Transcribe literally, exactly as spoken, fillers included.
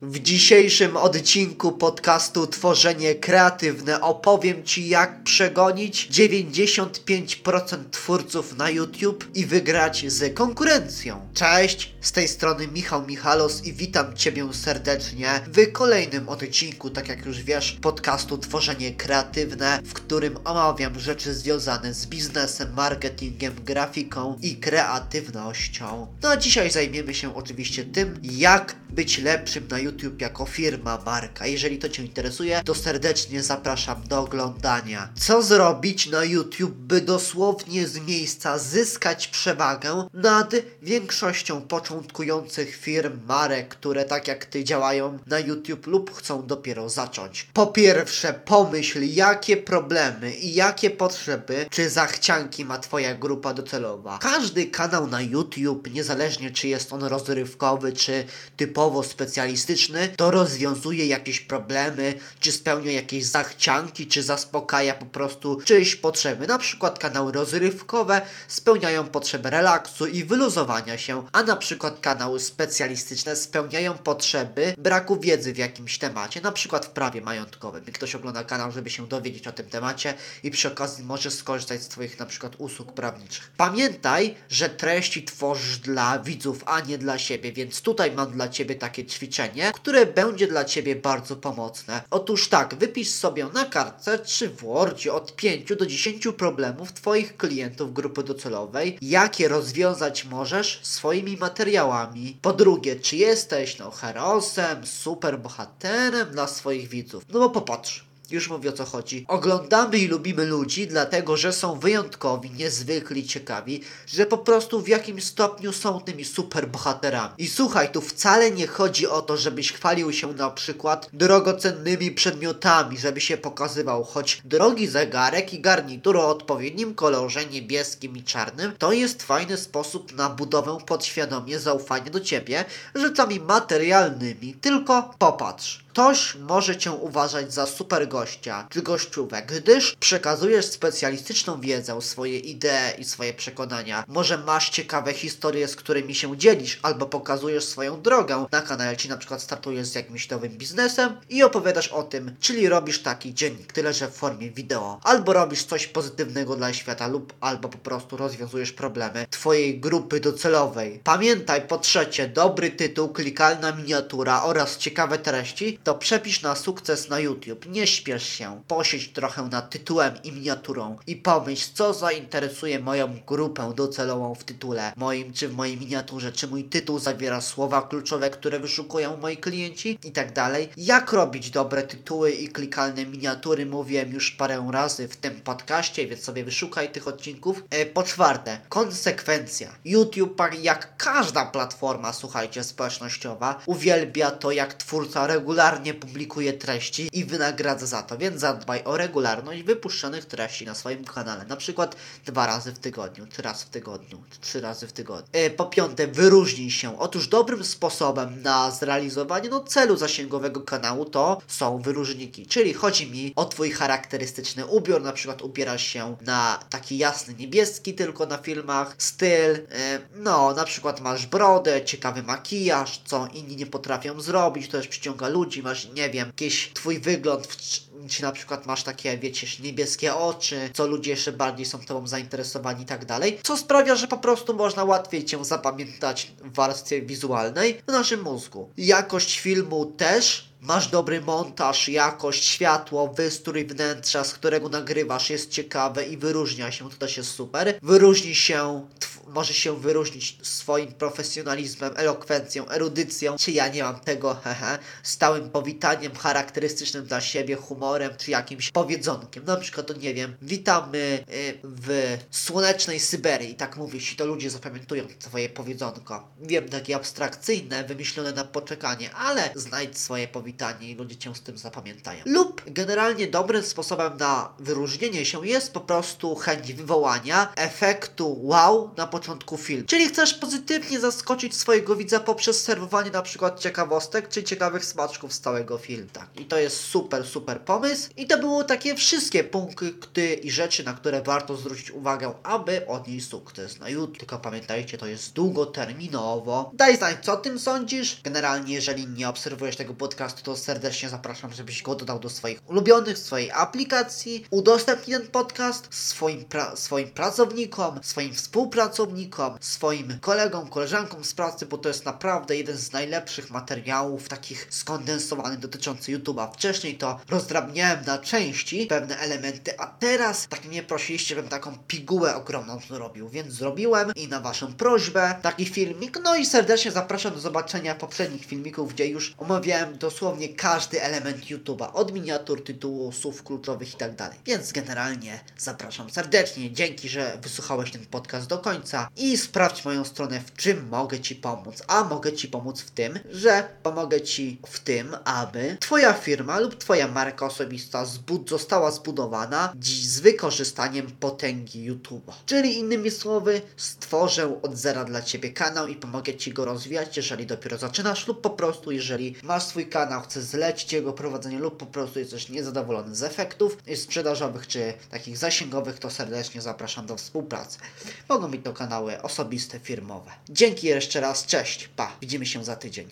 W dzisiejszym odcinku podcastu Tworzenie Kreatywne opowiem Ci, jak przegonić dziewięćdziesiąt pięć procent twórców na YouTube i wygrać z konkurencją. Cześć, z tej strony Michał Michalos i witam Ciebie serdecznie w kolejnym odcinku, tak jak już wiesz, podcastu Tworzenie Kreatywne, w którym omawiam rzeczy związane z biznesem, marketingiem, grafiką i kreatywnością. No a dzisiaj zajmiemy się oczywiście tym, jak być lepszym na YouTube jako firma, marka. Jeżeli to Cię interesuje, to serdecznie zapraszam do oglądania. Co zrobić na YouTube, by dosłownie z miejsca zyskać przewagę nad większością początkujących firm, marek, które tak jak Ty działają na YouTube lub chcą dopiero zacząć? Po pierwsze, pomyśl, jakie problemy i jakie potrzeby czy zachcianki ma Twoja grupa docelowa. Każdy kanał na YouTube, niezależnie czy jest on rozrywkowy, czy typowo specjalistyczny, to rozwiązuje jakieś problemy, czy spełnia jakieś zachcianki, czy zaspokaja po prostu czyjeś potrzeby. Na przykład kanały rozrywkowe spełniają potrzebę relaksu i wyluzowania się, a na przykład kanały specjalistyczne spełniają potrzeby braku wiedzy w jakimś temacie, na przykład w prawie majątkowym. I ktoś ogląda kanał, żeby się dowiedzieć o tym temacie i przy okazji może skorzystać z Twoich na przykład usług prawniczych. Pamiętaj, że treści tworzysz dla widzów, a nie dla siebie, więc tutaj mam dla Ciebie takie ćwiczenie, które będzie dla Ciebie bardzo pomocne. Otóż tak, wypisz sobie na kartce czy w Wordzie od pięciu do dziesięciu problemów Twoich klientów grupy docelowej, jakie rozwiązać możesz swoimi materiałami. Po drugie, czy jesteś no herosem, superbohaterem dla swoich widzów? No bo popatrz. Już mówię, o co chodzi. Oglądamy i lubimy ludzi, dlatego że są wyjątkowi, niezwykli, ciekawi, że po prostu w jakimś stopniu są tymi super bohaterami. I słuchaj, tu wcale nie chodzi o to, żebyś chwalił się na przykład drogocennymi przedmiotami, żeby się pokazywał, choć drogi zegarek i garnitur o odpowiednim kolorze niebieskim i czarnym to jest fajny sposób na budowę podświadomie zaufania do Ciebie rzeczami materialnymi. Tylko popatrz. Ktoś może Cię uważać za super gościa czy gościówek, gdyż przekazujesz specjalistyczną wiedzę, swoje idee i swoje przekonania. Może masz ciekawe historie, z którymi się dzielisz, albo pokazujesz swoją drogę na kanale, czy na przykład startujesz z jakimś nowym biznesem i opowiadasz o tym, czyli robisz taki dziennik, tyle że w formie wideo. Albo robisz coś pozytywnego dla świata lub albo po prostu rozwiązujesz problemy Twojej grupy docelowej. Pamiętaj, po trzecie, dobry tytuł, klikalna miniatura oraz ciekawe treści to przepisz na sukces na YouTube. Nie śpiesz się. Posiedź trochę nad tytułem i miniaturą i pomyśl, co zainteresuje moją grupę docelową w tytule moim, czy w mojej miniaturze, czy mój tytuł zawiera słowa kluczowe, które wyszukują moi klienci i tak dalej. Jak robić dobre tytuły i klikalne miniatury mówiłem już parę razy w tym podcaście, więc sobie wyszukaj tych odcinków. E, po czwarte, konsekwencja. YouTube, jak każda platforma, słuchajcie, społecznościowa, uwielbia to, jak twórca regularnie publikuje treści i wynagradza za to, więc zadbaj o regularność wypuszczanych treści na swoim kanale, na przykład dwa razy w tygodniu, czy raz w tygodniu, czy trzy razy w tygodniu. E, po piąte, wyróżnij się. Otóż dobrym sposobem na zrealizowanie no, celu zasięgowego kanału to są wyróżniki, czyli chodzi mi o Twój charakterystyczny ubiór, na przykład ubierasz się na taki jasny niebieski tylko na filmach, styl, e, no na przykład masz brodę, ciekawy makijaż, co inni nie potrafią zrobić, to też przyciąga ludzi, masz, nie wiem, jakiś Twój wygląd, czy na przykład masz takie, wiecie, niebieskie oczy, co ludzie jeszcze bardziej są Tobą zainteresowani i tak dalej, co sprawia, że po prostu można łatwiej Cię zapamiętać w warstwie wizualnej w naszym mózgu. Jakość filmu też. Masz dobry montaż, jakość, światło, wystrój wnętrza, z którego nagrywasz jest ciekawe i wyróżnia się, to też jest super. Wyróżni się, może się wyróżnić swoim profesjonalizmem, elokwencją, erudycją, czy ja nie mam tego, hehe, stałym powitaniem charakterystycznym dla siebie, humorem, czy jakimś powiedzonkiem. Na przykład, to nie wiem, witamy y, w słonecznej Syberii, tak mówi się, to ludzie zapamiętują Twoje powiedzonko. Wiem, takie abstrakcyjne, wymyślone na poczekanie, ale znajdź swoje powiedzonko i ludzie Cię z tym zapamiętają. Lub generalnie dobrym sposobem na wyróżnienie się jest po prostu chęć wywołania efektu wow na początku początku film. Czyli chcesz pozytywnie zaskoczyć swojego widza poprzez serwowanie na przykład ciekawostek czy ciekawych smaczków z całego filmu. Tak. I to jest super, super pomysł. I to było takie wszystkie punkty i rzeczy, na które warto zwrócić uwagę, aby odnieść sukces na YouTube. Tylko pamiętajcie, to jest długoterminowo. Daj znać, co o tym sądzisz. Generalnie, jeżeli nie obserwujesz tego podcastu, to serdecznie zapraszam, żebyś go dodał do swoich ulubionych, swojej aplikacji. Udostępnij ten podcast swoim, pra swoim pracownikom, swoim współpracownikom, swoim kolegom, koleżankom z pracy, bo to jest naprawdę jeden z najlepszych materiałów takich skondensowanych dotyczących YouTube'a. Wcześniej to rozdrabniałem na części pewne elementy, a teraz tak mnie prosiliście, żebym taką pigułę ogromną zrobił, więc zrobiłem i na waszą prośbę taki filmik. No i serdecznie zapraszam do zobaczenia poprzednich filmików, gdzie już omawiałem dosłownie każdy element YouTube'a, od miniatur, tytułu, słów kluczowych i tak dalej. Więc generalnie zapraszam serdecznie. Dzięki, że wysłuchałeś ten podcast do końca i sprawdź moją stronę, w czym mogę ci pomóc. A mogę ci pomóc w tym, że pomogę ci w tym, aby twoja firma lub twoja marka osobista zbud została zbudowana dziś z wykorzystaniem potęgi YouTube'a. Czyli innymi słowy, stworzę od zera dla ciebie kanał i pomogę ci go rozwijać, jeżeli dopiero zaczynasz lub po prostu jeżeli masz swój kanał, chcesz zlecić jego prowadzenie lub po prostu jesteś niezadowolony z efektów sprzedażowych czy takich zasięgowych, to serdecznie zapraszam do współpracy. Mogą być to kanały osobiste, firmowe. Dzięki jeszcze raz, cześć, pa, widzimy się za tydzień.